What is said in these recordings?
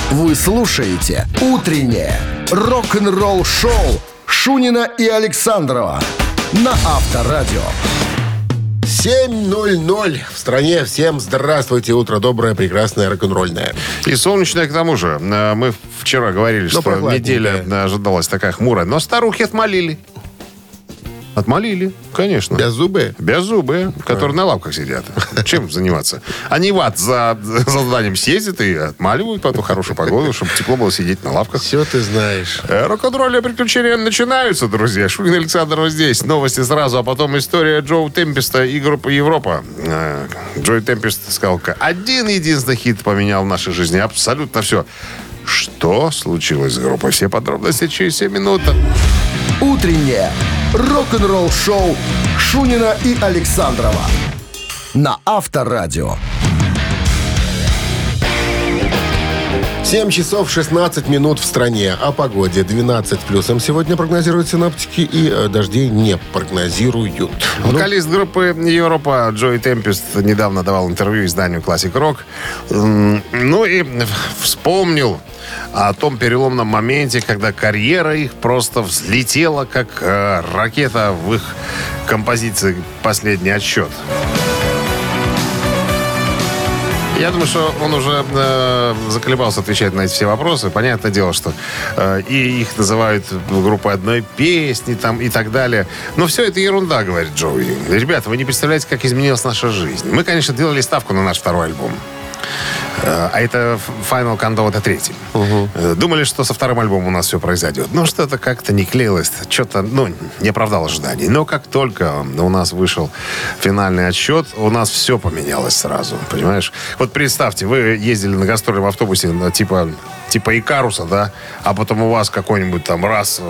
Вы слушаете «Утреннее рок-н-ролл-шоу» Шунина и Александрова на Авторадио. 7:00 в стране. Всем здравствуйте. Утро доброе, прекрасное, рок-н-ролльное. И солнечное к тому же. Мы вчера говорили, что неделя ожидалась такая хмурая. Но старухи отмолили. Отмолили, конечно. Беззубые? Беззубые, которые на лавках сидят. Чем заниматься? Они в ад за зданием съездят и отмаливают потом хорошую погоду, чтобы тепло было сидеть на лавках. Все ты знаешь. Рок-н-ролльные приключения начинаются, друзья. Шунин Александров здесь. Новости сразу, а потом история Джо Темпеста и группы Европа. Джо Темпест сказал, один-единственный хит поменял в нашей жизни абсолютно все. Что случилось с группой? Все подробности через 7 минут. Утреннее рок-н-ролл-шоу Шунина и Александрова на Авторадио. 7 часов 16 минут в стране. О погоде 12 плюсом. Сегодня прогнозируют синоптики и дождей не прогнозируют. Вокалист группы Европа Джо Темпест недавно давал интервью изданию Classic Rock. Ну и вспомнил о том переломном моменте, когда карьера их просто взлетела, как ракета в их композиции «Последний отсчет». Я думаю, что он уже заколебался отвечать на эти все вопросы. Понятное дело, что и их называют группой одной песни там, и так далее. Но все это ерунда, говорит Джоуи. Ребята, вы не представляете, как изменилась наша жизнь. Мы, конечно, делали ставку на наш второй альбом. А это Final Countdown, это третий. Думали, что со вторым альбомом у нас все произойдет. Но что-то как-то не клеилось. Что-то, не оправдало ожиданий. Но как только у нас вышел финальный отсчет, у нас все поменялось сразу. Понимаешь? Вот представьте, вы ездили на гастроли в автобусе типа Икаруса, да? А потом у вас какой-нибудь там раз...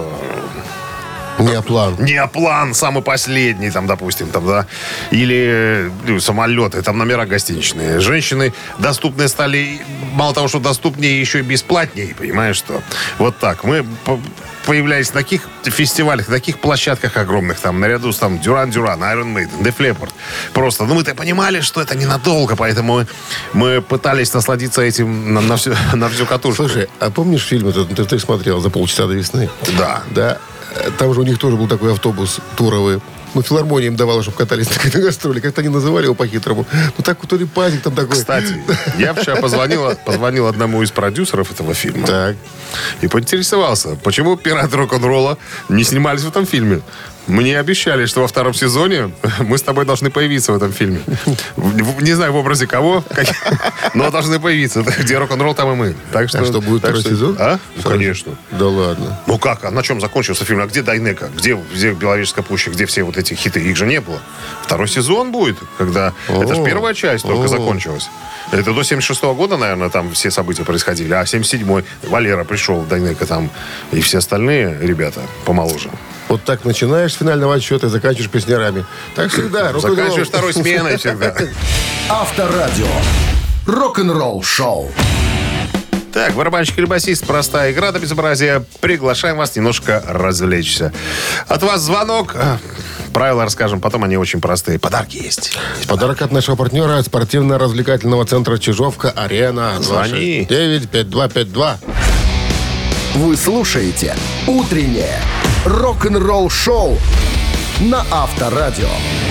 Неоплан, самый последний, там, допустим, там, да. Или самолеты, там номера гостиничные. Женщины доступные стали, мало того, что доступнее, еще и бесплатнее, понимаешь, что? Вот так. Мы появлялись на таких фестивалях, на таких площадках огромных, там, наряду с там Duran Duran, Iron Maiden, Def Leppard. Просто, мы-то понимали, что это ненадолго, поэтому мы пытались насладиться этим на всю катушку. Слушай, а помнишь фильм этот, ты смотрел «За полчаса до весны»? Да. Да. Там же у них тоже был такой автобус туровый. Филармония им давала, чтобы катались на гастроли. Как-то они называли его по-хитрому. Так, то ли пазик там такой. Кстати, я вчера позвонил одному из продюсеров этого фильма. Так. И поинтересовался, почему пираты рок-н-ролла не снимались в этом фильме. Мне обещали, что во втором сезоне мы с тобой должны появиться в этом фильме. Не знаю, в образе кого, но должны появиться. Где рок-н-ролл, там и мы. Так что, будет второй сезон? Конечно. Да ладно. Ну как? А на чем закончился фильм? А где Дайнека? Где Беловежская пуща? Где все вот эти хиты? Их же не было. Второй сезон будет, когда... Это же первая часть только закончилась. Это до 76-го года, наверное, там все события происходили. А 77-й Валера пришел, Дайнека там. И все остальные ребята помоложе. Вот так начинаешь с финального отсчета и заканчиваешь песнярами. Так всегда. Заканчиваешь второй сменой всегда. Авторадио. Рок-н-ролл шоу. Так, барабанщик или басист, простая игра до безобразия. Приглашаем вас немножко развлечься. От вас звонок. Правила расскажем, потом они очень простые. Подарки есть. Подарок от нашего партнера спортивно-развлекательного центра «Чижовка-Арена». Звони. 95252. Вы слушаете «Утреннее рок-н-ролл-шоу» на Авторадио.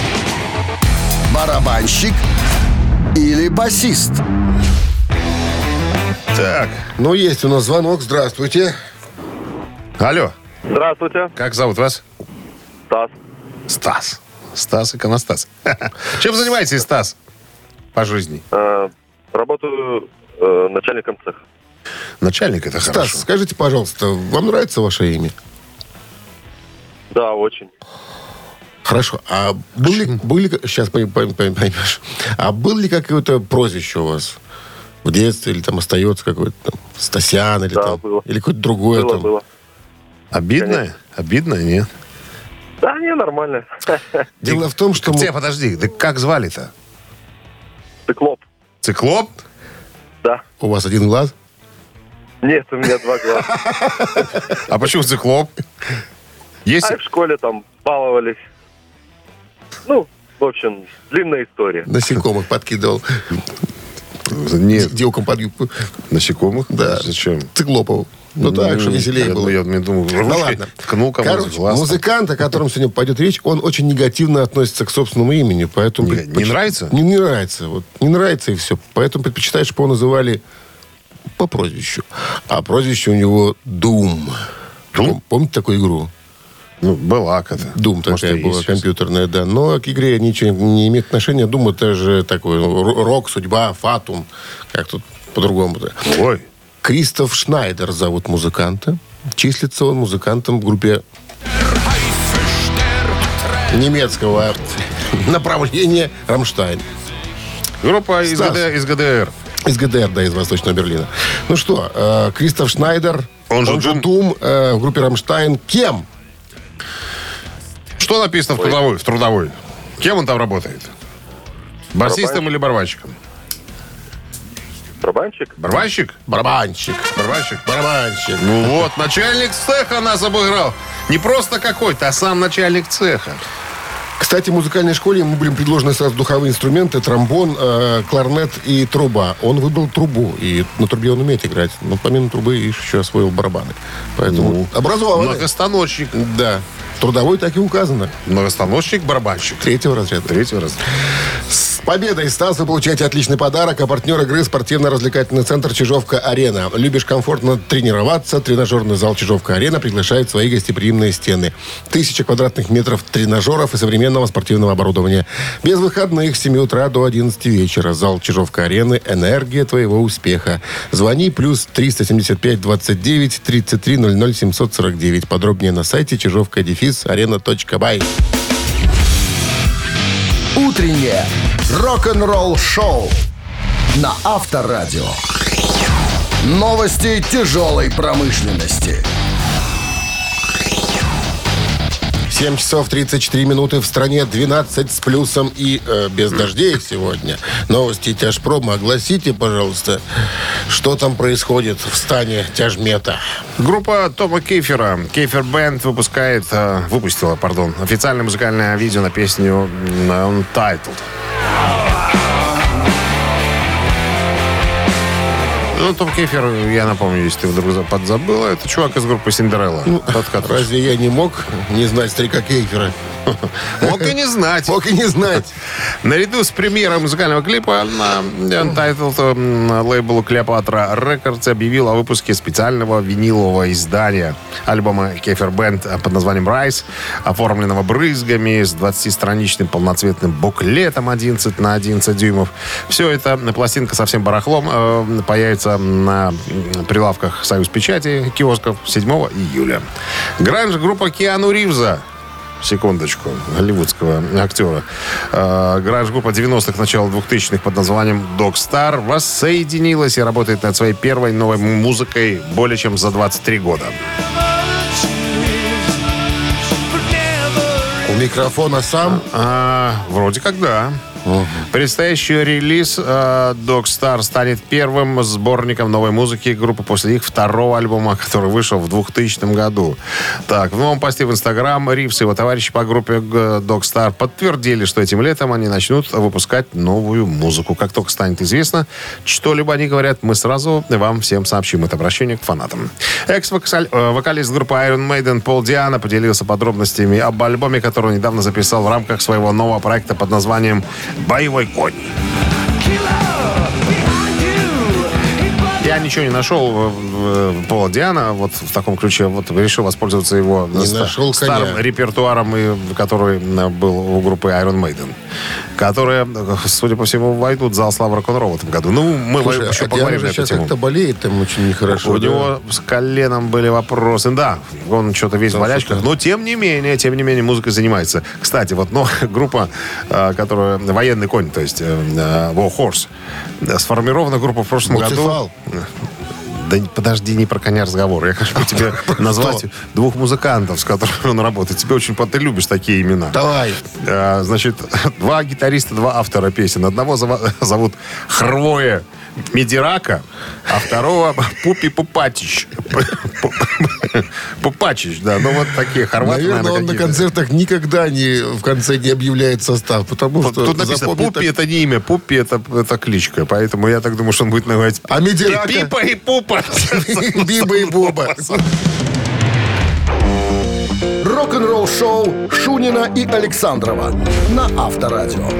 Барабанщик или басист? Так. Есть у нас звонок. Здравствуйте. Алло. Здравствуйте. Как зовут вас? Стас. Стас Иконостас. Чем занимаетесь, Стас, по жизни? Работаю начальником цеха. Начальник, это Стас, хорошо. скажите, пожалуйста, вам нравится ваше имя? Да, очень. Хорошо. А были сейчас поймешь. А был ли какое-то прозвище у вас в детстве, или там остается какое-то там Стасян, или Да, там, было. или какое-то другое там? Было. Обидное? Конечно. Обидное, нет? Да, не, нормально. Дело в том, что... Подожди, да как звали-то? Циклоп. Циклоп? Да. У вас один глаз? Нет, у меня 2 глаза. А почему циклоп? Есть... А в школе там баловались. В общем, длинная история. Насекомых подкидывал. Нет. Девкам под юбку. Насекомых? Да. Зачем? Циклопову. Ну так, что веселее было. Я думаю, Ну ладно. ткнул кому-то в глаз. Музыкант, о котором сегодня пойдет речь, он очень негативно относится к собственному имени. Поэтому Не нравится? Не нравится. Вот, не нравится и все. Поэтому предпочитает, чтобы его называли по прозвищу. А прозвище у него Doom. Doom? Помните такую игру? Ну, была как-то. Doom такая Может, была, компьютерная, да. Но к игре ничего не имеет отношения. Doom это же такой рок, судьба, фатум. Как тут по-другому-то. Ой. Кристоф Шнайдер зовут музыканта. Числится он музыкантом в группе немецкого направления «Рамштайн». Группа из Стас. ГДР. Из ГДР, да, из Восточного Берлина. Ну что, Кристоф Шнайдер, Он же Doom, в группе «Рамштайн». Кем? Что написано в трудовой? Кем он там работает? Басистом или барабанщиком? Барабанщик? Барабанщик? Барабанщик. Барабанщик. Ну вот, начальник цеха нас обыграл. Не просто какой-то, а сам начальник цеха. Кстати, в музыкальной школе ему были предложены сразу духовые инструменты, тромбон, кларнет и труба. Он выбрал трубу, и на трубе он умеет играть. Но помимо трубы еще освоил барабаны. Поэтому образованный. Многостаночник. Да. Трудовой так и указано. Многостаночник, барабанщик. Третьего разряда. С победой, Стас, вы получаете отличный подарок. А партнер игры — спортивно-развлекательный центр «Чижовка-Арена». Любишь комфортно тренироваться? Тренажерный зал «Чижовка-Арена» приглашает в свои гостеприимные стены. 1000 квадратных метров тренажеров и современного спортивного оборудования. Без выходных с 7 утра до 11 вечера. Зал «Чижовка-Арены» — энергия твоего успеха. Звони +3 375 29 33 00 749. Подробнее на сайте чижовка-арена.бай. Утреннее рок-н-ролл-шоу на Авторадио. Новости тяжелой промышленности. 7 часов 34 минуты в стране, 12 с плюсом и без дождей сегодня. Новости тяжпрома. Огласите, пожалуйста, что там происходит в стане тяжмета. Группа Тома Кейфера, Кейфер Бэнд, выпустила официальное музыкальное видео на песню Untitled. Ну, Том Кейфер, я напомню, если ты вдруг подзабыла, это чувак из группы Синдерелла. Разве я не мог не знать старика Кейфера? Мог и не знать. Мог и не знать. Наряду с премьерой музыкального клипа на Untitled лейбл Cleopatra Records объявил о выпуске специального винилового издания альбома Кейфер Бэнд под названием Rise, оформленного брызгами с 20-страничным полноцветным буклетом 11 на 11 дюймов. Все это, пластинка со всем барахлом, появится на прилавках «Союз Печати» киосков 7 июля. Гранж-группа Киану Ривза, секундочку, голливудского актера. Гранж-группа 90-х, начала 2000-х под названием Dog Star воссоединилась и работает над своей первой новой музыкой более чем за 23 года. У микрофона сам? Вроде как да. Предстоящий релиз Dog Star станет первым сборником новой музыки группы после их второго альбома, который вышел в 2000 году. Так, в новом посте в Инстаграм Ривз и его товарищи по группе Dog Star подтвердили, что этим летом они начнут выпускать новую музыку. Как только станет известно, что-либо они говорят, мы сразу вам всем сообщим. Это обращение к фанатам. Экс-вокалист группы Iron Maiden Пол Диано поделился подробностями об альбоме, который он недавно записал в рамках своего нового проекта под названием «Боевой конь». Я ничего не нашел Пола Диано вот в таком ключе. Вот решил воспользоваться его старым репертуаром, который был у группы Iron Maiden, которые, судя по всему, войдут в зал славы рок-н-ролла в этом году. Ну, мы еще поговорим на эту сейчас тему. как-то болеет там очень нехорошо. У него с коленом были вопросы. Да, он что-то весь в болячках. Но, тем не менее, музыкой занимается. Кстати, вот группа, которая военный конь, то есть War Horse, сформирована группа в прошлом году. Да подожди, не про коня разговор. Я хочу тебе назвать двух музыкантов, с которыми он работает. Ты любишь такие имена. Давай. Значит, два гитариста, два автора песен. Одного зовут Хрвое Медирака, а второго Пупи Пупатич. Пупачич, да. Ну, вот такие хорваты, наверное, он на концертах никогда в конце не объявляет состав, потому что... Тут написано, Пупи это не имя, Пупи это кличка. Поэтому я так думаю, что он будет называть а Медирака... и Пипа, и Пупа. Биба и Боба. Рок-н-ролл-шоу Шунина и Александрова на Авторадио.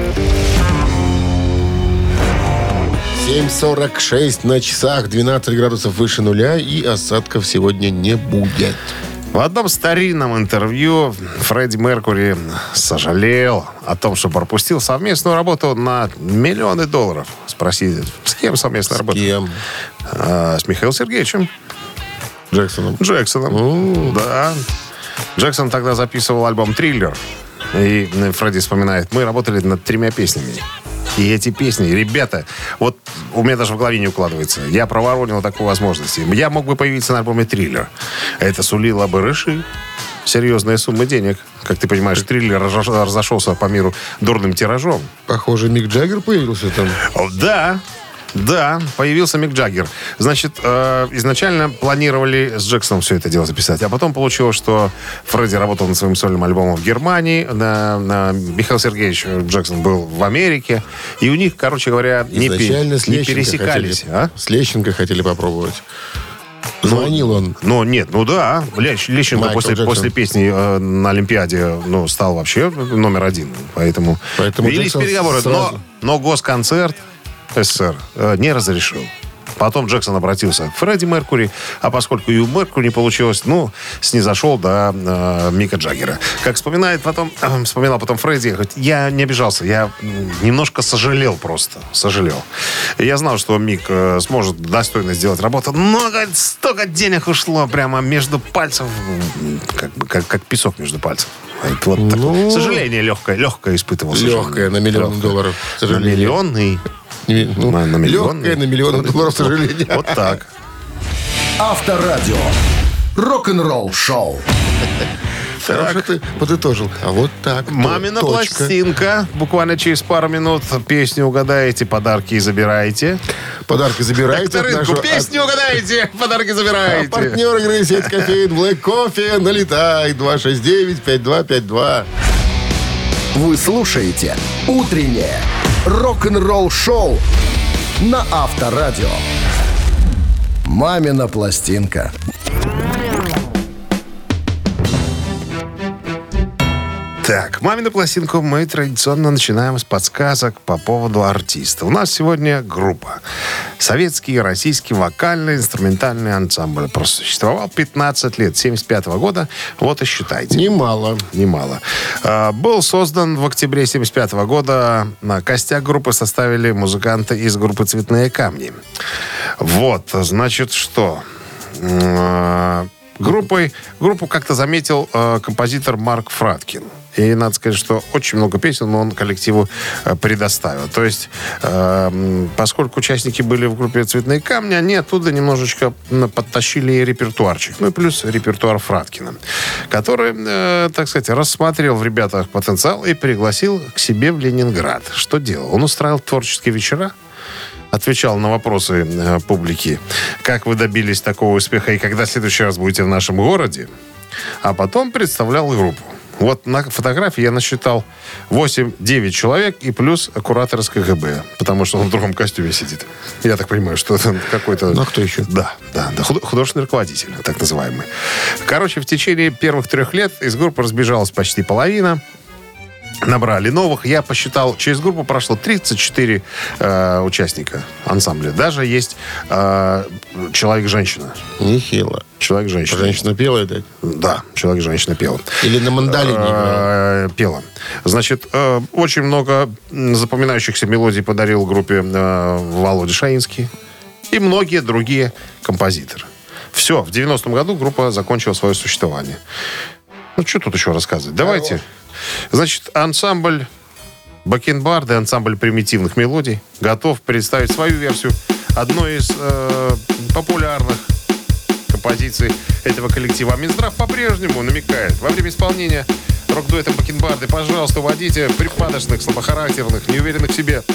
7:46 на часах, 12 градусов выше нуля, и осадков сегодня не будет. В одном старинном интервью Фредди Меркьюри сожалел о том, что пропустил совместную работу на миллионы долларов. Спросили, с кем совместная работа? С кем? С Михаилом Сергеевичем Джексоном. Да. Джексон тогда записывал альбом «Триллер». И Фредди вспоминает, мы работали над 3 песнями. И эти песни, ребята, вот у меня даже в голове не укладывается. Я проворонил такую возможность. Я мог бы появиться на альбоме «Триллер». Это сулило бы Рыши серьезные суммы денег. Как ты понимаешь, «Триллер» разошелся по миру дурным тиражом. Похоже, Мик Джаггер появился там. Да, появился Мик Джаггер. Значит, изначально планировали с Джексоном все это дело записать. А потом получилось, что Фредди работал над своим сольным альбомом в Германии. Михаил Сергеевич Джексон был в Америке. И у них, короче говоря, не пересекались. С Лещенко хотели попробовать. Звонил он. Да. Лещенко после песни на Олимпиаде стал вообще номер 1. Поэтому велись переговоры. Но госконцерт СССР не разрешил. Потом Джексон обратился к Фредди Меркьюри, а поскольку и у Меркьюри не получилось, снизошел до Мика Джаггера. Как вспоминал потом Фредди, я не обижался, я немножко сожалел просто. Я знал, что Мик сможет достойно сделать работу, но столько денег ушло прямо между пальцев, как песок между пальцев. Сожаление легкое испытывал. Легкое, на миллион долларов. На миллионный. Легкое на миллион долларов, к сожалению. Вот так. Авторадио. Рок-н-ролл-шоу. Хорошо ты подытожил. А вот так. Мамина пластинка. Буквально через пару минут песню угадаете, подарки забираете. Подарки забираете. Песню угадаете, подарки забираете. Партнер игры сеть кофеин Black Coffee. Налетай. 269-5252. Вы слушаете «Утреннее рок-н-ролл-шоу» на Авторадио. «Мамина пластинка». Так, «Мамину пластинку» мы традиционно начинаем с подсказок по поводу артиста. У нас сегодня группа. Советский и российский вокально-инструментальный ансамбль. Просуществовал 15 лет, 75 года. Вот и считайте. Немало. Был создан в октябре 75 года. Костяк группы составили музыканты из группы «Цветные камни». Вот, значит, что... Группу как-то заметил композитор Марк Фраткин. И надо сказать, что очень много песен он коллективу предоставил. То есть, поскольку участники были в группе «Цветные камни», они оттуда немножечко подтащили и репертуарчик. Ну и плюс репертуар Фраткина, который, так сказать, рассмотрел в ребятах потенциал и пригласил к себе в Ленинград. Что делал? Он устраивал творческие вечера, отвечал на вопросы публики, как вы добились такого успеха и когда в следующий раз будете в нашем городе, а потом представлял группу. Вот на фотографии я насчитал 8-9 человек и плюс куратор из КГБ, потому что он в другом костюме сидит. Я так понимаю, что это какой-то... Ну, а кто еще? Да, художественный руководитель, так называемый. Короче, в течение первых 3 лет из группы разбежалась почти половина. Набрали новых. Я посчитал, через группу прошло 34 участника ансамбля. Даже есть человек-женщина. Нехило. Человек-женщина. Женщина пела, да? Да, человек-женщина пела. Или на мандолине пела. Значит, очень много запоминающихся мелодий подарил группе Володя Шаинский и многие другие композиторы. Все, в 90-м году группа закончила свое существование. Ну, что тут еще рассказывать? Давайте. Значит, ансамбль Бакенбарды, ансамбль примитивных мелодий, готов представить свою версию одной из популярных композиций этого коллектива. А Минздрав по-прежнему намекает: во время исполнения рок-дуэта Бакенбарды, пожалуйста, уводите припадочных, слабохарактерных, неуверенных в себе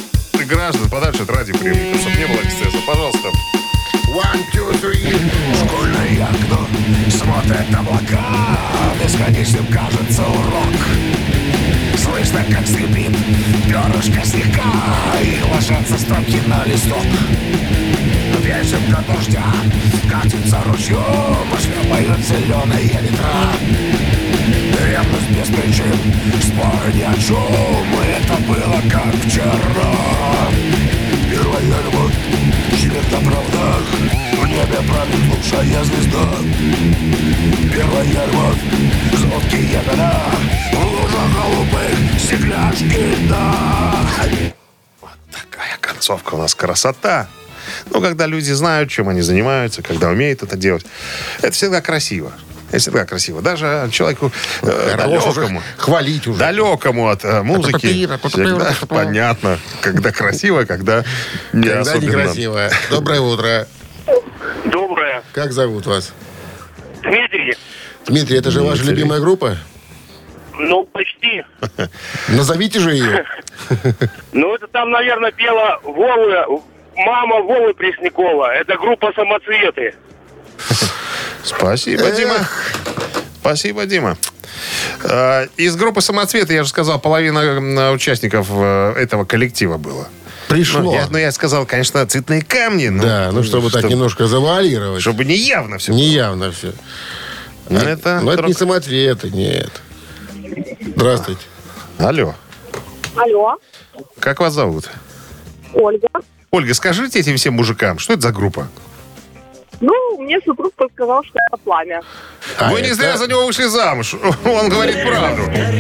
мирных граждан подальше от радиоприемников, чтобы не было эксцесса. Пожалуйста. 1, 2, 3. Школьное окно смотрят облака, бесконечным кажется урок. Слышно, как скрипит перышко слегка, и ложатся строки на листок. Вечер до дождя катится ручьем, шлепают зеленые ветра. Ревность без причин, споры ни о чем, это было как вчера. Первая любовь, чья-то правда, в небе правит лучшая звезда. Первая любовь, звонкие года, в лужах голубых стекляшки льда. Такая концовка у нас, красота. Ну, когда люди знают, чем они занимаются, когда умеют это делать. Это всегда красиво. Это всегда красиво. Даже человеку далекому, Хвалить уже. далекому от музыки всегда понятно, когда красиво, когда не Когда особенно. некрасиво. Доброе утро. Доброе. Как зовут вас? Дмитрий. Дмитрий, это же ваша Дмитрий. любимая группа? Ну, почти. Назовите же ее. Ну, это там, наверное, пела мама Вовы Преснякова. Это группа «Самоцветы». Спасибо, Дима. Спасибо, Дима. Из группы «Самоцветы», я же сказал, половина участников этого коллектива было. Пришло. Я сказал, конечно, «Цветные камни». Да, ну чтобы так немножко завуалировать. Чтобы не явно все. Неявно все. Но это Но это не самоцветы, нет. Здравствуйте. Алло. Алло, Как вас зовут? Ольга. Ольга, скажите этим всем мужикам, что это за группа? Ну, мне супруг подсказал, что это «Пламя». Вы не зря за него вышли замуж. Он говорит правду.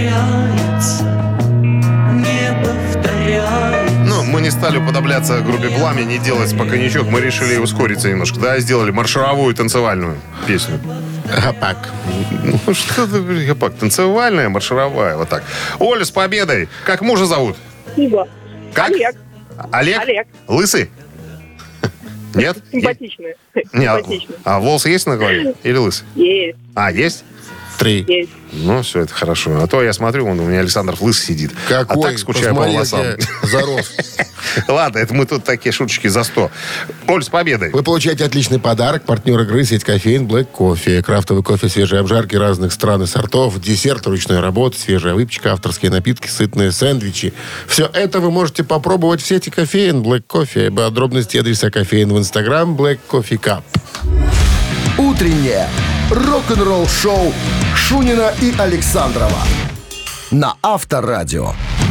Ну, мы не стали уподобляться группе «Пламя», не делать спокойничок. Мы решили ускориться немножко. Да, сделали маршировую танцевальную песню. Гапак. Ну, что ты, гапак, танцевальная, маршировая, вот так. Оля, с победой. Как мужа зовут? Спасибо. Как? Олег. Олег? Олег. Лысый? Нет? Симпатичный. Не, Симпатичный. а волосы есть на голове? Или лысый? Есть, А, есть? 3. есть. Ну, все, это хорошо. А то я смотрю, у меня Александр лысый сидит. Какой? А так скучаю по Посмотри, волосам. как я зарос. Ладно, это мы тут такие шуточки за 100. Оль, с победой. Вы получаете отличный подарок. Партнер игры сеть кофеин Black Coffee. Крафтовый кофе, свежие обжарки разных стран и сортов, десерт ручной работы, свежая выпечка, авторские напитки, сытные сэндвичи. Все это вы можете попробовать в сети кофеин Black Coffee. Подробности адреса кофеин в Instagram Black Coffee Cup. Утреннее рок-н-ролл-шоу Шунина и Александрова на Авторадио.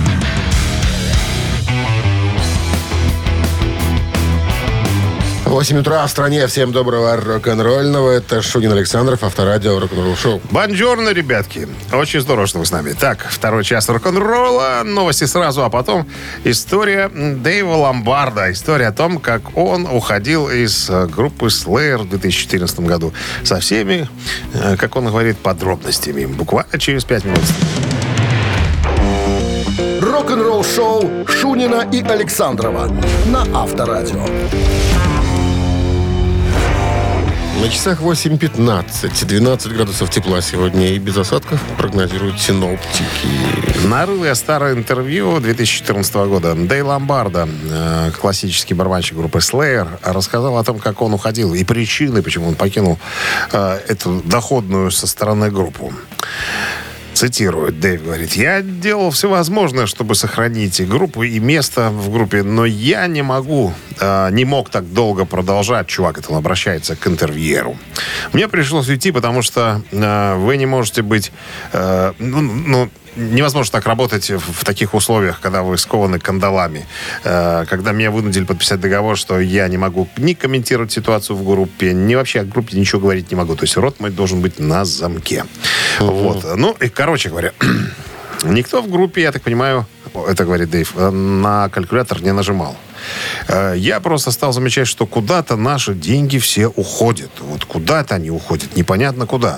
8 утра в стране. Всем доброго рок-н-ролльного. Это Шунин Александров, Авторадио, рок-н-ролл шоу. Бонжорно, ребятки. Очень здорово, что вы с нами. Так, второй час рок-н-ролла. Новости сразу, а потом история Дэйва Ломбарда. История о том, как он уходил из группы Slayer в 2014 году. Со всеми, как он говорит, подробностями. Буквально через 5 минут. Рок-н-ролл-шоу Шунина и Александрова на Авторадио. На часах 8:15. 12 градусов тепла сегодня и без осадков прогнозируют синоптики. Нарыл я старое интервью 2014 года. Дэйв Ломбарда, классический барабанщик группы Slayer, рассказал о том, как он уходил и причины, почему он покинул эту доходную со стороны группу. Цитирую, Дэйв говорит: «Я делал все возможное, чтобы сохранить группу и место в группе, но я не мог так долго продолжать». Чувак, это он обращается к интервьюеру. «Мне пришлось уйти, потому что вы не можете быть... невозможно так работать в таких условиях, когда вы скованы кандалами. Когда меня вынудили подписать договор, что я не могу ни комментировать ситуацию в группе, ни вообще о группе ничего говорить не могу. То есть рот мой должен быть на замке». Вот. Ну, и, короче говоря, никто в группе, я так понимаю, это говорит Дэйв, на калькулятор не нажимал. Я просто стал замечать, что куда-то наши деньги все уходят. Вот куда-то они уходят, непонятно куда.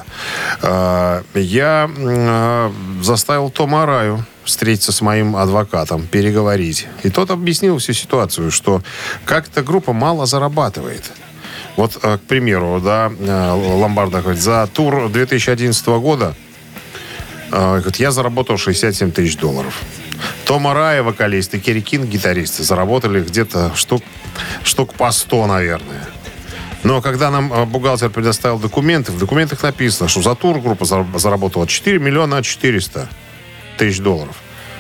Я заставил Тома Араю встретиться с моим адвокатом, переговорить. И тот объяснил всю ситуацию, что как-то группа мало зарабатывает. Вот, к примеру, да, Ломбарда говорит, за тур 2011 года говорит, я заработал $67 тысяч. Том Арая, вокалист, и Керри Кинг, гитарист, заработали где-то штук по 100, наверное. Но когда нам бухгалтер предоставил документы, в документах написано, что за тур группа заработала 4 миллиона 400 тысяч долларов.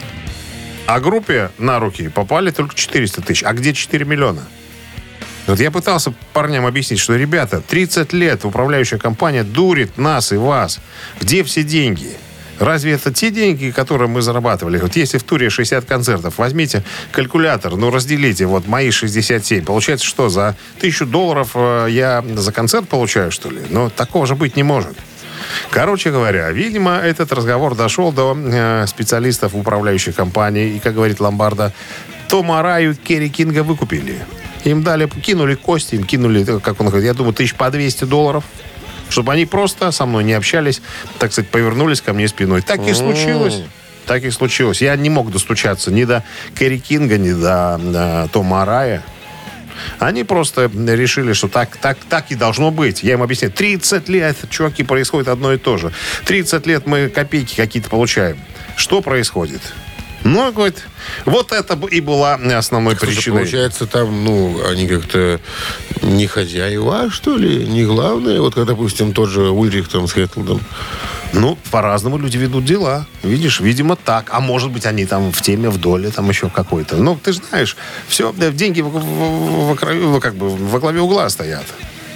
А группе на руки попали только 400 тысяч. А где 4 миллиона? Вот я пытался парням объяснить, что, ребята, 30 лет управляющая компания дурит нас и вас. Где все деньги? Разве это те деньги, которые мы зарабатывали? Вот если в туре 60 концертов, возьмите калькулятор, разделите, вот мои 67. Получается, что, за $1000 я за концерт получаю, что ли? Но такого же быть не может. Короче говоря, видимо, этот разговор дошел до специалистов управляющей компании. И, как говорит Ломбардо, Тома Араю, Керри Кинга выкупили. Им кинули кости, им кинули, как он говорит, я думаю, $200 чтобы они просто со мной не общались, так сказать, повернулись ко мне спиной. Так и случилось. Так и случилось. Я не мог достучаться ни до Керри Кинга, ни до Тома Арая. Они просто решили, что так и должно быть. Я им объясняю. 30 лет, чуваки, происходит одно и то же. 30 лет мы копейки какие-то получаем. Что происходит? Ну, говорит, вот это и была основной причиной. Получается, там, они как-то не хозяева, что ли, не главные. Вот как, допустим, тот же Ульрих там с Хэтлдом. По-разному люди ведут дела. Видишь, видимо, так. А может быть, они там в теме, в доле, там еще какой-то. Ты же знаешь, все, деньги во главе угла стоят.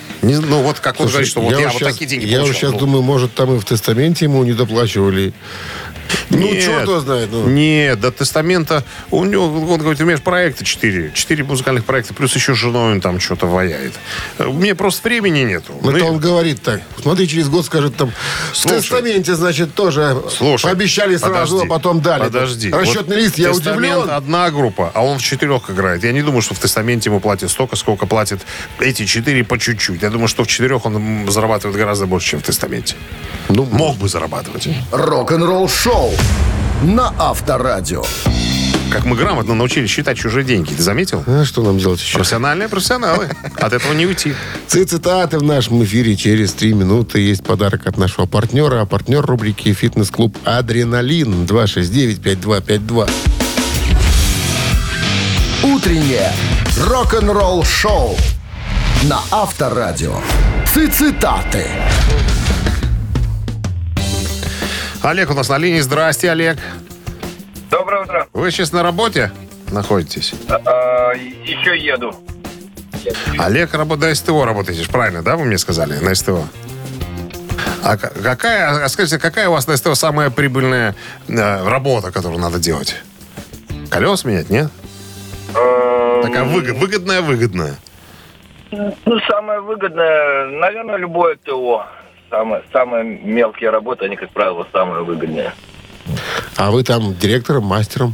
Вот как он говорит, что вот я вот такие деньги получил. Я сейчас думаю, может, там и в тестаменте ему не доплачивали. Черт его знает. Нет, до тестамента у него, он говорит, у меня же проекты 4 музыкальных проекта, плюс еще с женой он там что-то ваяет. Мне просто времени нету. Это он говорит так. Смотри, через год скажет там, в тестаменте, значит, тоже пообещали сразу, а потом дали. Подожди. Расчетный лист, я удивлен. Одна группа, а он в 4 играет. Я не думаю, что в тестаменте ему платят столько, сколько платят эти 4 по чуть-чуть. Я думаю, что в 4 он зарабатывает гораздо больше, чем в тестаменте. Мог бы зарабатывать. Рок-н-ролл шоу на Авторадио. Как мы грамотно научились считать чужие деньги. Ты заметил? А что нам делать еще? Профессионалы. От этого не уйти. Цитаты в нашем эфире через 3 минуты. Есть подарок от нашего партнера. А партнер рубрики «Фитнес-клуб Адреналин». 269-5252. Утреннее рок-н-ролл шоу на Авторадио. Цитаты. Олег у нас на линии. Здрасте, Олег. Доброе утро. Вы сейчас на работе находитесь? Еще еду. Олег, до СТО работаете, правильно, да, вы мне сказали, на СТО? Скажите, какая у вас на СТО самая прибыльная работа, которую надо делать? Колес менять, нет? Такая выгодная. Самое выгодное, наверное, любое ТО. Самые мелкие работы, они, как правило, самые выгодные. А вы там директором, мастером?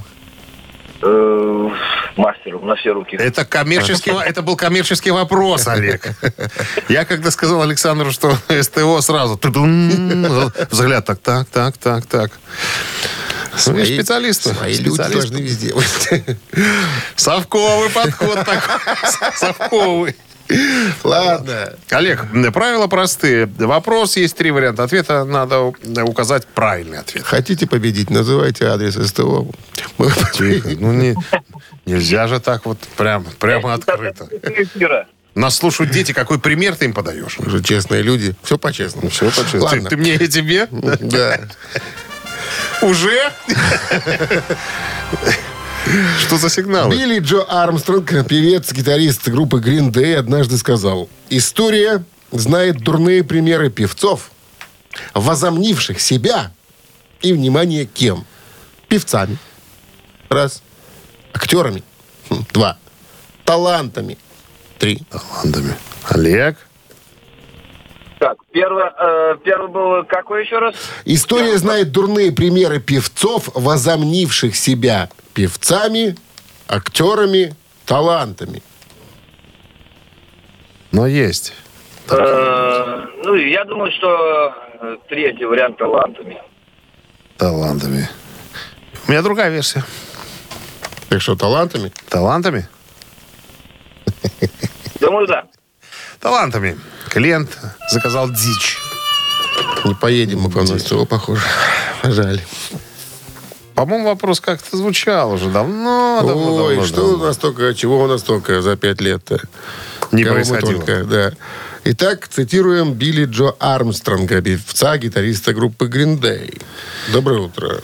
Мастером, на все руки. Это был коммерческий вопрос, Олег. Я когда сказал Александру, что СТО, сразу взгляд так. Специалисты. Свои люди должны везде быть. Совковый подход такой. Совковый. Ладно. Олег, правила простые. Вопрос, есть 3 варианта ответа. Надо указать правильный ответ. Хотите победить, называйте адрес СТО. Тихо. Нельзя же так вот прямо открыто. Нас слушают дети. Какой пример ты им подаешь? Мы же честные люди. Все по-честному. Все по-честному. Ладно. Ты мне и тебе? Да. Уже? Что за сигналы? Билли Джо Армстронг, певец, гитарист группы Green Day, однажды сказал: «История знает дурные примеры певцов, возомнивших себя и, внимание, кем? Певцами. 1. Актерами. 2. Талантами. 3. Талантами. Олег? Так, первый был какой еще раз? История знает дурные примеры певцов, возомнивших себя певцами, актерами, талантами. Но есть. Я думаю, что 3 вариант талантами. Талантами. У меня другая версия. Так что, талантами? Талантами? Думаю, да. Талантами. Клиент заказал дичь. Не поедем мы по СТО, похоже. Жаль. По-моему, вопрос как-то звучал уже давно. Ой, давно, что давно. у нас только, чего у нас только за 5 лет-то? Не Кого мы происходило. только, да. Итак, цитируем Билли Джо Армстронга, певца, гитариста группы Green Day. Доброе утро.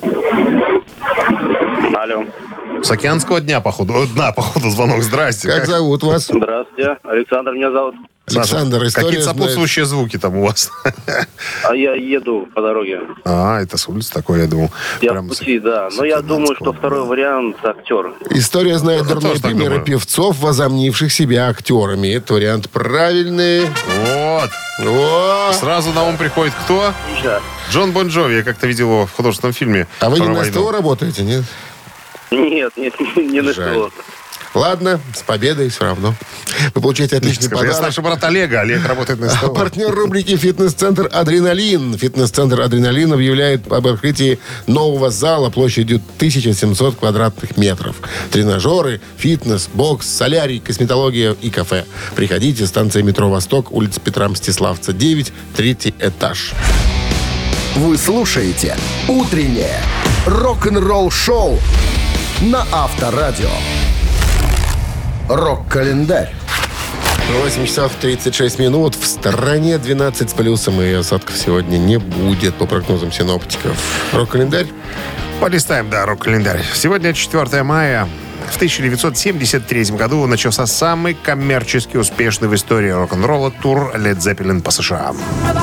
Алло. С океанского дня, походу. Звонок. Здрасте. Как зовут вас? Здравствуйте. Александр меня зовут. Александр, история Какие-то знает. сопутствующие звуки там у вас? А я еду по дороге. Это с улицы такое, я думал. Я Прям в пути, да. Но я думаю, что второй вариант актер. История знает дурные тоже так примеры думаю. певцов, возомнивших себя актерами. Этот вариант правильный. Вот. О! Сразу на ум приходит кто? Отлично. Джон Бон Джови. Я как-то видел его в художественном фильме. А вы не про на войну. СТО работаете, нет? Нет, не на Жаль. что. Ладно, с победой все равно. Вы получаете отличный Скажи, я подарок. старший брат Олега. Олег работает на СТО. Партнер рубрики «Фитнес-центр Адреналин». Фитнес-центр «Адреналин» объявляет об открытии нового зала площадью 1700 квадратных метров. Тренажеры, фитнес, бокс, солярий, косметология и кафе. Приходите, станция метро «Восток», улица Петра Мстиславца, 9, 3 этаж. Вы слушаете «Утреннее рок-н-ролл-шоу» на Авторадио. Рок-календарь. 8 часов 36 минут. В стороне 12 с плюсом, и осадков сегодня не будет, по прогнозам синоптиков. Рок-календарь. Полистаем, да, рок-календарь. Сегодня 4 мая. В 1973 году начался самый коммерчески успешный в истории рок-н-ролла тур Led Zeppelin по США.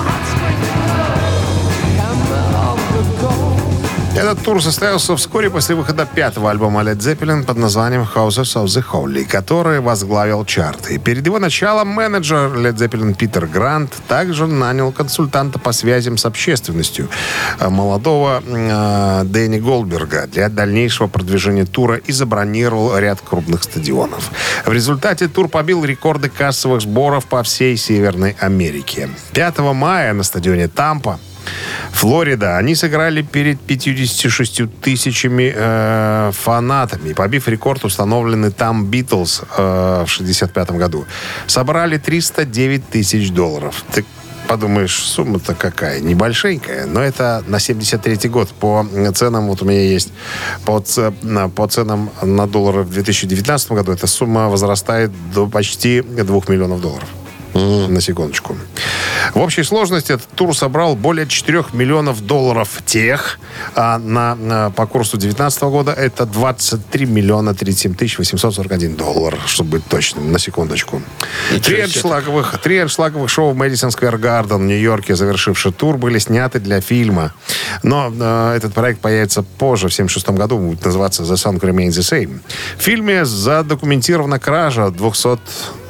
Этот тур состоялся вскоре после выхода пятого альбома Led Zeppelin под названием Houses of the Holy, который возглавил чарты. Перед его началом менеджер Led Zeppelin Питер Грант также нанял консультанта по связям с общественностью, молодого Дэнни Голдберга, для дальнейшего продвижения тура и забронировал ряд крупных стадионов. В результате тур побил рекорды кассовых сборов по всей Северной Америке. 5 мая на стадионе Тампа, Флорида, они сыграли перед 56 тысячами фанатами, побив рекорд, установленный там Битлз в 1965 году. Собрали $309 тысяч. Ты подумаешь, сумма-то какая? Небольшенькая, но это на 73 год. По ценам, вот у меня есть, по ценам на доллары в 2019 году, эта сумма возрастает до почти $2 миллионов. На секундочку. В общей сложности этот тур собрал более $4 миллионов тех, а по курсу 2019 года это 23 миллиона 37 тысяч $841, чтобы быть точным, на секундочку. Три аншлаговых шоу в Мэдисон Сквер Гарден в Нью-Йорке, завершившие тур, были сняты для фильма. Но этот проект появится позже, в 1976 году, будет называться «The Song Remains the Same». В фильме задокументирована кража 200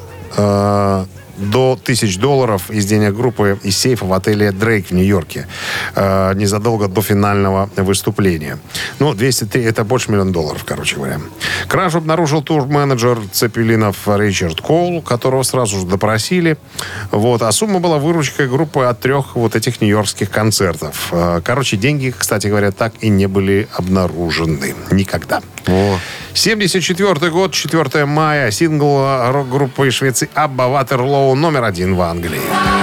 до $1000 из денег группы из сейфа в отеле «Дрейк» в Нью-Йорке незадолго до финального выступления. 203 это больше $1 миллион, короче говоря. Кражу обнаружил тур-менеджер Цеппелинов Ричард Коул, которого сразу же допросили. А сумма была выручкой группы от 3 этих нью-йоркских концертов. Короче, деньги, кстати говоря, так и не были обнаружены. Никогда. 1974 год, 4 мая. Сингл рок-группы из Швеции «Абба» «Waterloo» номер 1 в Англии.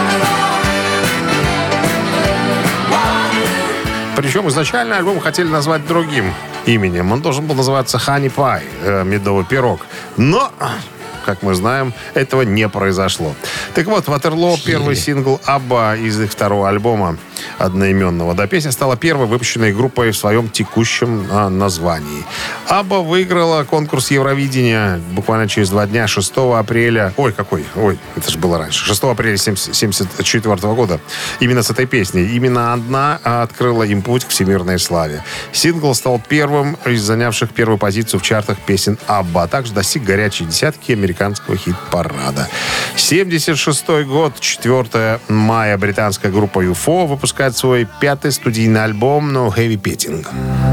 Причем изначально альбом хотели назвать другим именем. Он должен был называться «Honey Pie», «Медовый пирог». Но, как мы знаем, этого не произошло. Так вот, «Waterloo» — первый сингл «Абба» из их второго альбома одноименного. Да, песня стала первой выпущенной группой в своем текущем названии. «Абба» выиграла конкурс Евровидения буквально через 2 дня, 6 апреля. Это же было раньше. 6 апреля 1974 года. Именно с этой песней. Именно одна открыла им путь к всемирной славе. Сингл стал первым из занявших первую позицию в чартах песен «Абба», а также достиг горячей десятки американского хит-парада. 1976 год, 4 мая. Британская группа UFO выпускает свой 5-й студийный альбом «No Heavy Petting».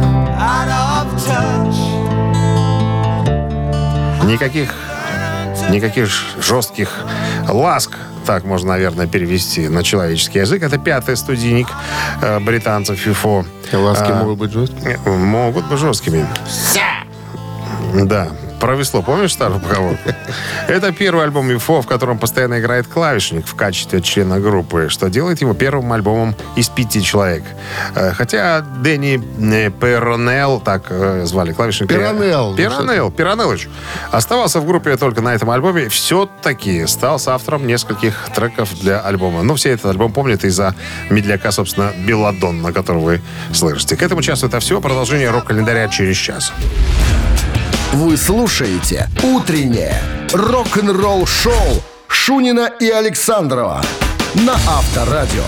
Никаких жестких ласк, так можно, наверное, перевести на человеческий язык. Это 5-й студийник британцев UFO. Ласки могут быть жесткими? Могут быть жесткими. Да. про весло. Помнишь старую поговорку? Это первый альбом UFO, в котором постоянно играет клавишник в качестве члена группы, что делает его первым альбомом из 5 человек. Хотя Дэнни Перонелл, так звали клавишника. Перонеллыч. Оставался в группе только на этом альбоме. Все-таки стал соавтором нескольких треков для альбома. Ну, все этот альбом помнят из-за медляка, собственно, «Белладон», на котором вы слышите. К этому часу это все. Продолжение рок-календаря через час. Вы слушаете «Утреннее рок-н-ролл-шоу» Шунина и Александрова на Авторадио.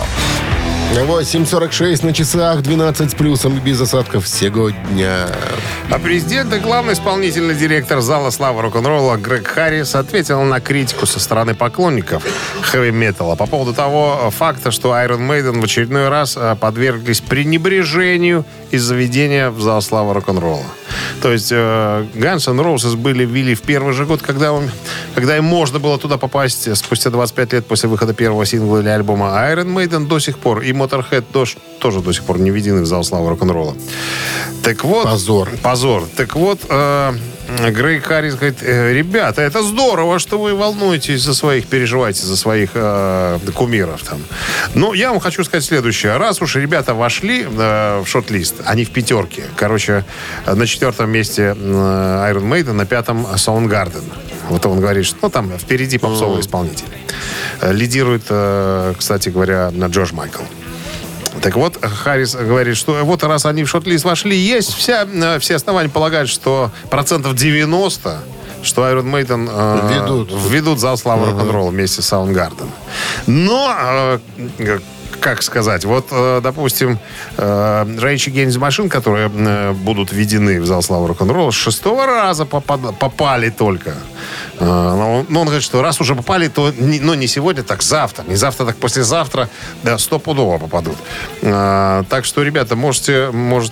8:46 на часах, 12 с плюсом, без осадков сегодня. А президент и главный исполнительный директор Зала славы рок-н-ролла Грег Харрис ответил на критику со стороны поклонников хэви-металла по поводу того факта, что Iron Maiden в очередной раз подверглись пренебрежению из-за введения в Зал славы рок-н-ролла. То есть Guns N' Roses ввели в первый же год, когда им можно было туда попасть спустя 25 лет после выхода первого сингла или альбома. А Iron Maiden до сих пор, и Motorhead тоже до сих пор не введены в Зал славы рок-н-ролла. Так вот... Позор. Так вот, Грег Харрис говорит: ребята, это здорово, что вы волнуетесь за своих, переживаете за своих кумиров там. Но я вам хочу сказать следующее. Раз уж ребята вошли в шорт-лист, они в 5. Короче, на 4 месте Iron Maiden, на 5-м Soundgarden. Вот он говорит, что там впереди попсовый исполнитель. Лидирует, кстати говоря, Джордж Майкл. Так вот, Харрис говорит, что вот раз они в шорт-лист вошли, есть все основания полагать, что 90%, что Iron Maiden ведут Зал славы рок-н-ролла вместе с Soundgarden. Но... как сказать, вот, допустим, Rage Against the Machine, которые будут введены в Зал славы рок-н-ролла, с 6-го раза попали только. Но он говорит, что раз уже попали, то не сегодня, так завтра. Не завтра, так послезавтра, да, стопудово попадут. Так что, ребята, можете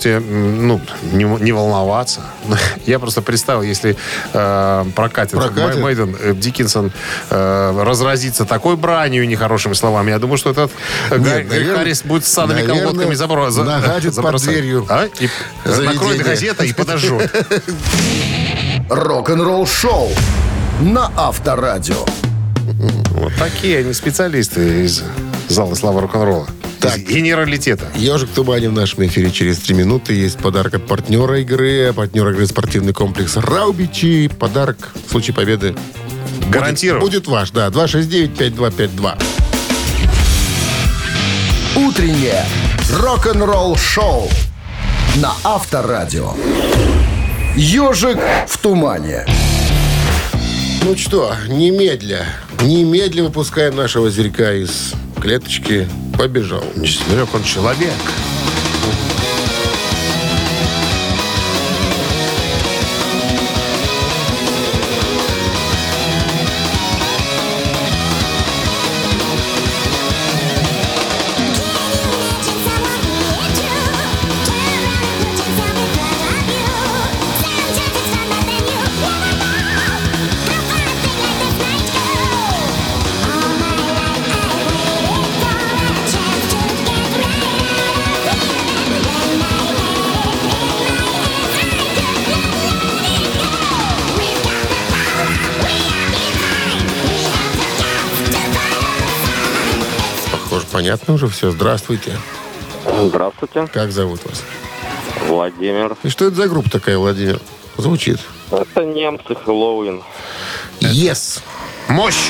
не волноваться. Я просто представил, если прокатит Maiden, Диккенсон разразится такой бранью и нехорошими словами. Я думаю, что этот Харрис будет с санными колготками нагадит под дверью. И накроет газета и подожжет. Рок-н-ролл-шоу на Авторадио. Вот такие они специалисты из Зала славы рок-н-ролла. Так, из генералитета. «Ежик в тумане» в нашем эфире через 3 минуты. Есть подарок от партнера игры. Партнер игры — спортивный комплекс «Раубичи». Подарок в случае победы гарантирован. Будет ваш, да. 269-5252. Утреннее рок-н-ролл-шоу на Авторадио. «Ежик в тумане». Ну что, немедля выпускаем нашего зверька из клеточки. Побежал. Зверек, он человек. Понятно уже все. Здравствуйте. Здравствуйте. Как зовут вас? Владимир. И что это за группа такая, Владимир? Звучит. Это немцы, Хэллоуин. Yes. Мощь.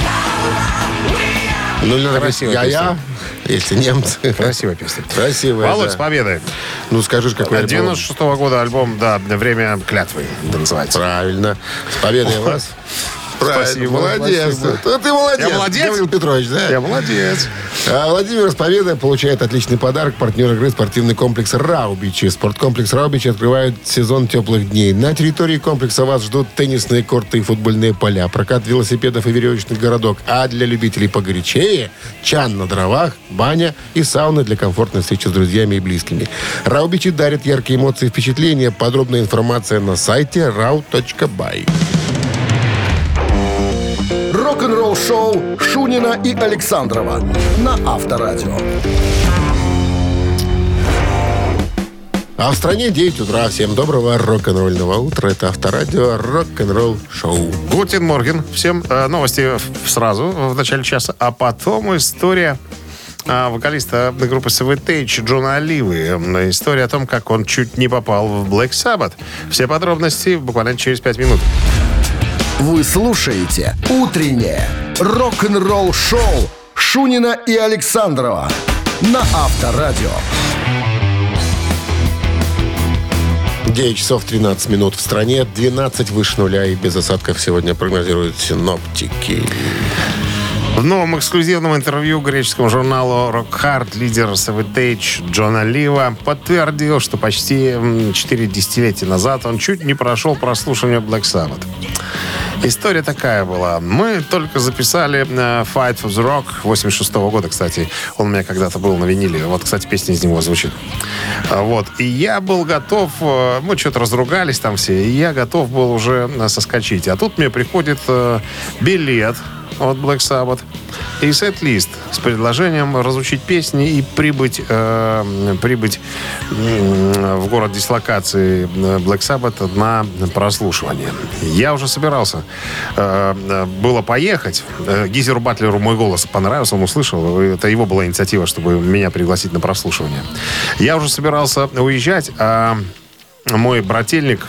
Ну, надо красивая я, если немцы. Красивая песня. Красивая, Володь, да. с победой. Ну, скажешь, какой альбом? 96-го года альбом, да, «Время клятвы» называется. Правильно. С победой вас. Правильно. Спасибо. Молодец. Спасибо. Ты молодец. Я молодец? Гаврил Петрович, да? Я молодец. А Владимир с победой получает отличный подарок. Партнер игры — спортивный комплекс «Раубичи». Спорткомплекс «Раубичи» открывает сезон теплых дней. На территории комплекса вас ждут теннисные корты и футбольные поля, прокат велосипедов и веревочный городок. А для любителей погорячее — чан на дровах, баня и сауна для комфортной встречи с друзьями и близкими. «Раубичи» дарит яркие эмоции и впечатления. Подробная информация на сайте rau.by. Рок-н-ролл-шоу Шунина и Александрова на Авторадио. А в стране 9 утра. Всем доброго рок-н-ролльного утра. Это Авторадио Рок-н-ролл шоу. Гутен Морген. Всем новости сразу в начале часа, а потом история вокалиста группы Savatage Джона Оливы. История о том, как он чуть не попал в Black Sabbath. Все подробности буквально через 5 минут. Вы слушаете «Утреннее рок-н-ролл-шоу» Шунина и Александрова на Авторадио. 9 часов 13 минут в стране, 12 выше нуля и без осадков сегодня прогнозируют синоптики. В новом эксклюзивном интервью греческому журналу Rock Hard лидер Savatage Джон Олива подтвердил, что почти 4 десятилетия назад он чуть не прошел прослушивание Black Sabbath. История такая была. Мы только записали Fight for the Rock 86-го года, кстати. Он у меня когда-то был на виниле. Вот, кстати, песня из него звучит. Вот. И я был готов... Мы что-то разругались там все. И я готов был уже соскочить. А тут мне приходит билет от Black Sabbath и сет-лист с предложением разучить песни и прибыть в город дислокации Black Sabbath на прослушивание. Я уже собирался было поехать. Гизеру Батлеру мой голос понравился, он услышал. Это его была инициатива, чтобы меня пригласить на прослушивание. Я уже собирался уезжать, а мой брательник...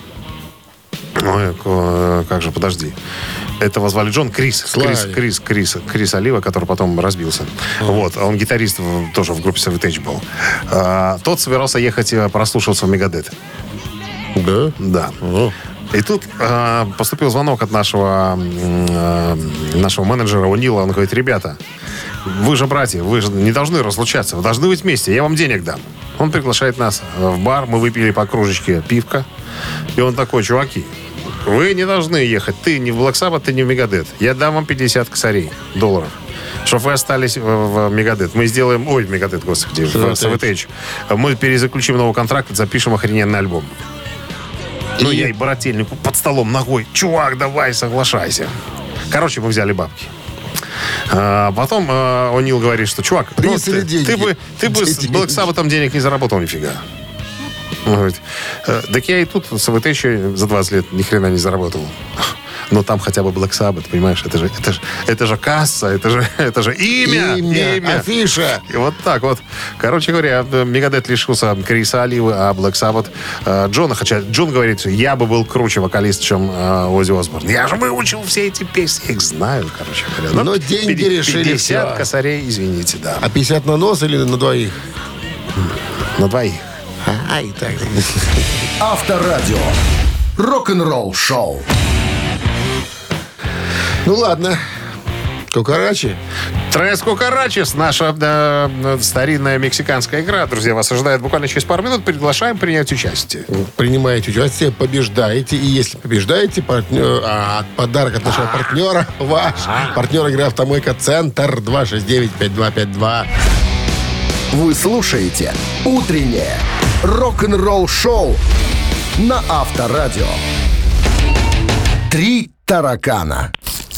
как же, подожди. Этого звали Джон Крис Олива, который потом разбился. Вот. Он гитарист тоже в группе Savatage был. Тот собирался ехать прослушиваться в Мегадет. Да? Да. И тут поступил звонок от нашего менеджера Унила. Он говорит: ребята, вы же братья, вы же не должны разлучаться, вы должны быть вместе, я вам денег дам. Он приглашает нас в бар, мы выпили по кружечке пивка. И он такой: чуваки, вы не должны ехать. Ты не в Black Sabbath, ты не в Мегадет. Я дам вам 50 косарей, долларов, чтобы вы остались в Мегадет. Мы сделаем... Ой, в Мегадет, господи, в Savatage. Мы перезаключим новый контракт, запишем охрененный альбом. Ну, я и брательнику под столом ногой: чувак, давай, соглашайся. Короче, мы взяли бабки. Потом О'Нил говорит, что: чувак, ты бы с Black Sabbath денег не заработал нифига. Он говорит: так я и тут с Savatage за 20 лет ни хрена не заработал. Но там хотя бы Black Sabbath, понимаешь? Это же касса, это же имя, афиша. И вот так вот. Короче говоря, Мегадет лишился Криса Оливы, а Black Sabbath Джона. Хотя Джон говорит, что я бы был круче вокалист, чем Оззи Осборн. Я же выучил все эти песни, их знаю, короче говоря. Но деньги решили 50 все. Косарей, извините, да. А 50 на нос или на двоих? На двоих. Ай, так. Авторадио. Рок-н-ролл шоу. Ну ладно. Кукарачи. Трес Кукарачес, наша старинная мексиканская игра. Друзья, вас ожидает буквально через пару минут. Приглашаем принять участие. Принимаете участие, побеждаете. И если побеждаете, подарок от нашего партнера, ваш партнер игры «Автомойка Центр», 269-5252. Вы слушаете «Утреннее рок-н-ролл-шоу» на Авторадио. 3 таракана.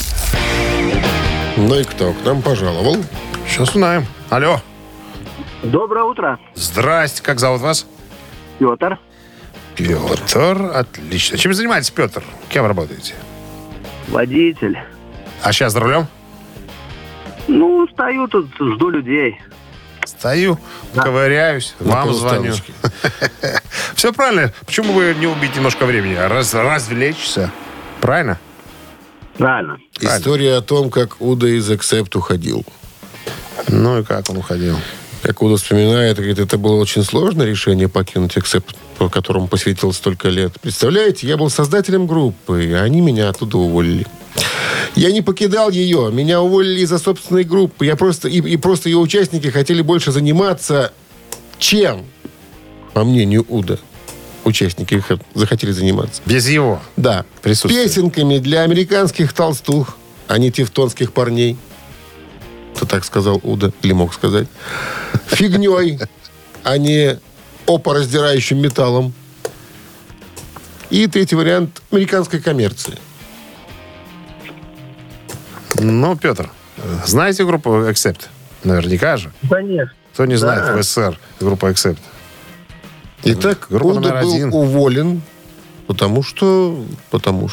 Ну и кто к нам пожаловал? Сейчас узнаем. Алло. Доброе утро, Здрасте. Как зовут вас? Петр. Петр. Отлично. Чем занимаетесь, Петр? Кем работаете? Водитель. А сейчас за рулем? Ну, стою тут, жду людей. Стою, ковыряюсь, вам звоню. Все правильно. Почему бы не убить немножко времени? Развлечься. Правильно? Правильно. История о том, как Уда из Accept уходил. Ну и как он уходил? Как Уда вспоминает, говорит, это было очень сложное решение покинуть Accept, по которому посвятил столько лет. Представляете, я был создателем группы, и они меня оттуда уволили. Я не покидал ее. Меня уволили из-за собственной группы. Я просто ее участники хотели больше заниматься чем, по мнению Уда, участники захотели заниматься. Без его? Да. Присутствие. Песенками для американских толстух, а не тевтонских парней. Кто так сказал Уда? Или мог сказать? Фигней, а не опораздирающим металлом. И третий вариант – американской коммерции. Ну, Петр, знаете группу Accept? Наверняка же. Конечно. Кто не знает, в СССР группа Accept. Итак, Группа Уда номер был 1. уволен, потому что... Потому.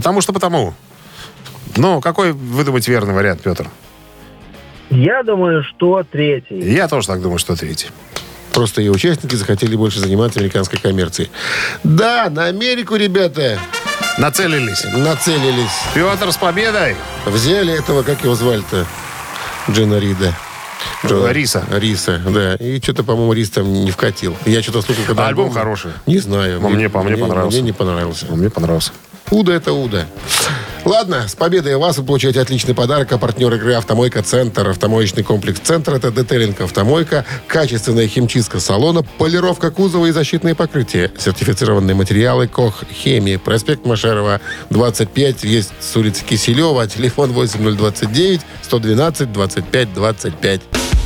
Ну, какой выдумать верный вариант, Петр? Я думаю, что третий. Я тоже так думаю, что третий. Просто ее участники захотели больше заниматься американской коммерцией. Да, на Америку, ребята, Нацелились. нацелились. Петр, с победой! Взяли этого, как его звали-то? Джона Рида. Риса. Риса, да. И что-то, по-моему, Рис там не вкатил. Я что-то слушал, когда... Альбом хороший. Не знаю. Мне понравился. Мне не понравился. Мне понравился. Уда — это Уда. Ладно, с победой вас вы получаете отличный подарок. А партнер игры «Автомойка Центр». Автомоечный комплекс «Центр» — это детейлинг «Автомойка», качественная химчистка салона, полировка кузова и защитные покрытия. Сертифицированные материалы «Кох Хемии». Проспект Машерова, 25, есть с улицы Киселева. Телефон 8029-112-25-25.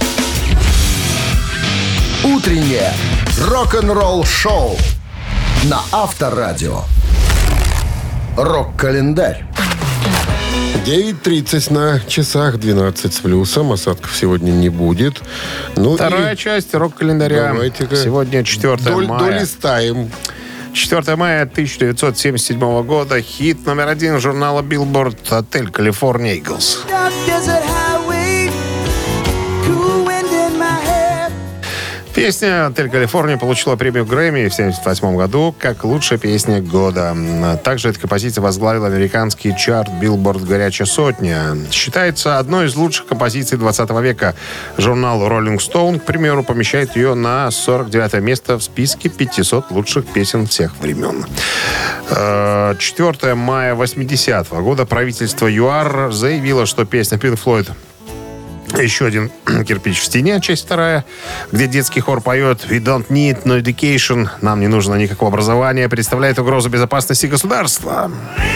Утреннее рок-н-ролл-шоу на Авторадио. Рок-календарь. 9:30 на часах, 12 с плюсом. Осадков сегодня не будет. Ну, Вторая часть рок-календаря. Давайте-ка. Сегодня 4 мая. Долистаем. 4 мая 1977 года. Хит номер 1 журнала Billboard «Отель Калифорния Иглс». Песня «Отель Калифорния» получила премию Грэмми в 1978 году как лучшая песня года. Также эта композиция возглавила американский чарт Billboard «Горячая сотня». Считается одной из лучших композиций 20 века. Журнал Rolling Stone, к примеру, помещает ее на 49 место в списке 500 лучших песен всех времен. 4 мая 80 года правительство ЮАР заявило, что песня Pink Floyd «Еще один кирпич в стене», часть 2, где детский хор поет «We don't need no education», «Нам не нужно никакого образования», представляет угрозу безопасности государства.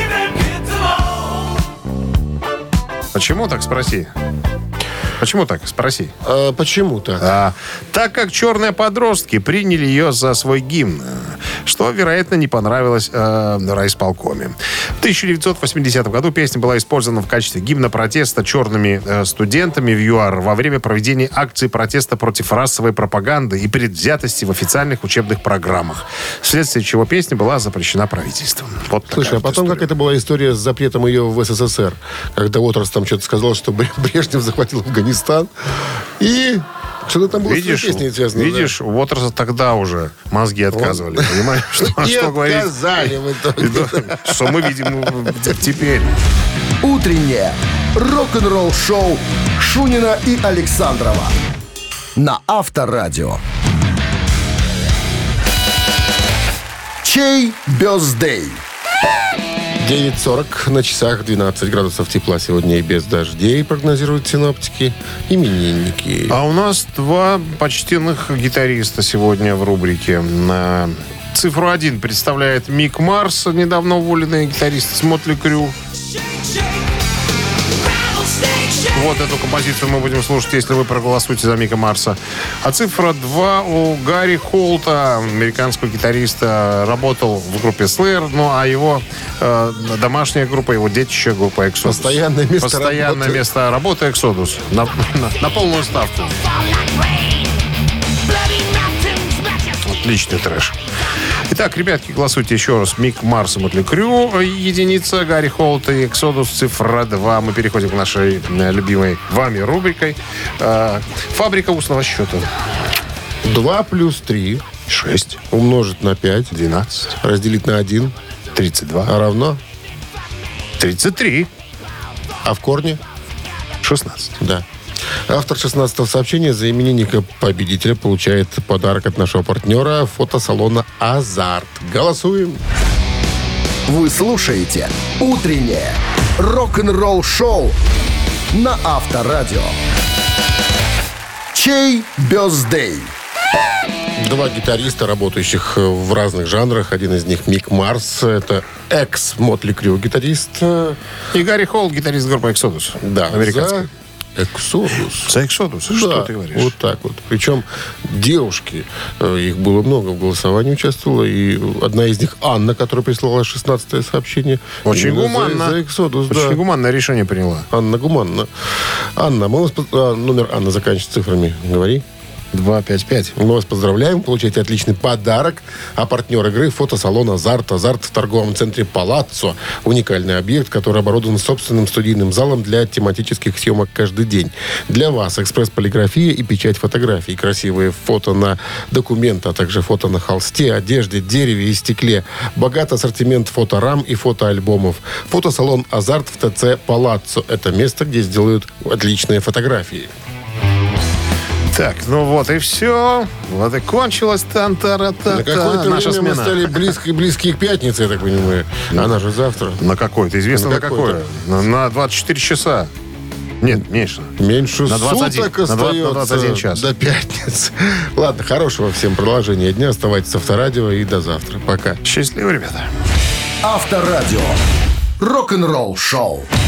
Почему так, спроси? Почему так? Спроси. Почему-то. Так как черные подростки приняли ее за свой гимн, что, вероятно, не понравилось райисполкоме. В 1980 году песня была использована в качестве гимна протеста черными студентами в ЮАР во время проведения акции протеста против расовой пропаганды и предвзятости в официальных учебных программах, вследствие чего песня была запрещена правительством. Вот. Слушай, а потом как это была история с запретом ее в СССР, когда Уотерс там что-то сказал, что Брежнев захватил Афганистан, и что-то там было с песней связано. Видишь, у Уотерса тогда уже мозги отказывали, понимаешь? Что говорить? Отказали в итоге. Что мы видим теперь. Утреннее рок-н-ролл-шоу Шунина и Александрова на Авторадио. Чей бёздей? 9:40 на часах, 12 градусов тепла сегодня и без дождей, прогнозируют синоптики. Именинники. А у нас два почтенных гитариста сегодня в рубрике. На цифру 1 представляет Мик Марс, недавно уволенный гитарист с Мотли Крю. Вот эту композицию мы будем слушать, если вы проголосуете за Мика Марса. А цифра 2 у Гарри Холта, американского гитариста, работал в группе Slayer, ну а его домашняя группа, его детище, группа Exodus. Постоянное место работы Exodus. На полную ставку. Отличный трэш. Итак, ребятки, голосуйте еще раз. Мик Марс и Мотли Крю, единица, Гарри Холт и Exodus, цифра 2. Мы переходим к нашей любимой вами рубрикой «Фабрика устного счета». 2 плюс 3. 6. Умножить на 5. 12. Разделить на 1. 32. А равно? 33. А в корне? 16. Да. Автор 16-го сообщения за именинника победителя получает подарок от нашего партнера фотосалона «Азарт». Голосуем. Вы слушаете «Утреннее рок-н-ролл-шоу» на Авторадио. Чей бёздей? Два гитариста, работающих в разных жанрах. Один из них Мик Марс. Это экс-Мотли Крю гитарист. И Гарри Холт, гитарист группы Exodus. Да, американский. Exodus. За Exodus? Что ты говоришь? Вот так вот. Причем девушки, их было много, в голосовании участвовала. И одна из них, Анна, которая прислала 16-е сообщение. Очень гуманно. За Exodus, Очень да. гуманное решение приняла. Анна гуманно. Анна, номер Анны заканчивается цифрами. Говори. 255. Мы вас поздравляем, получаете отличный подарок. А партнер игры — фотосалон «Азарт». «Азарт» в торговом центре «Палаццо». Уникальный объект, который оборудован собственным студийным залом для тематических съемок каждый день. Для вас экспресс-полиграфия и печать фотографий. Красивые фото на документы, а также фото на холсте, одежде, дереве и стекле. Богат ассортимент фоторам и фотоальбомов. Фотосалон «Азарт» в ТЦ «Палаццо». Это место, где сделают отличные фотографии. Так, ну вот и все. Вот и кончилась На какое-то наша время мы смена. стали близки к пятнице, я так понимаю. Она же завтра. На какой-то, известно на какое. какой-то. На 24 часа. Нет, меньше. Меньше На 21, суток на остается 21 час. до пятницы. Ладно, хорошего всем продолжения дня. Оставайтесь с Авторадио и до завтра. Пока. Счастливо, ребята. Авторадио. Рок-н-ролл шоу.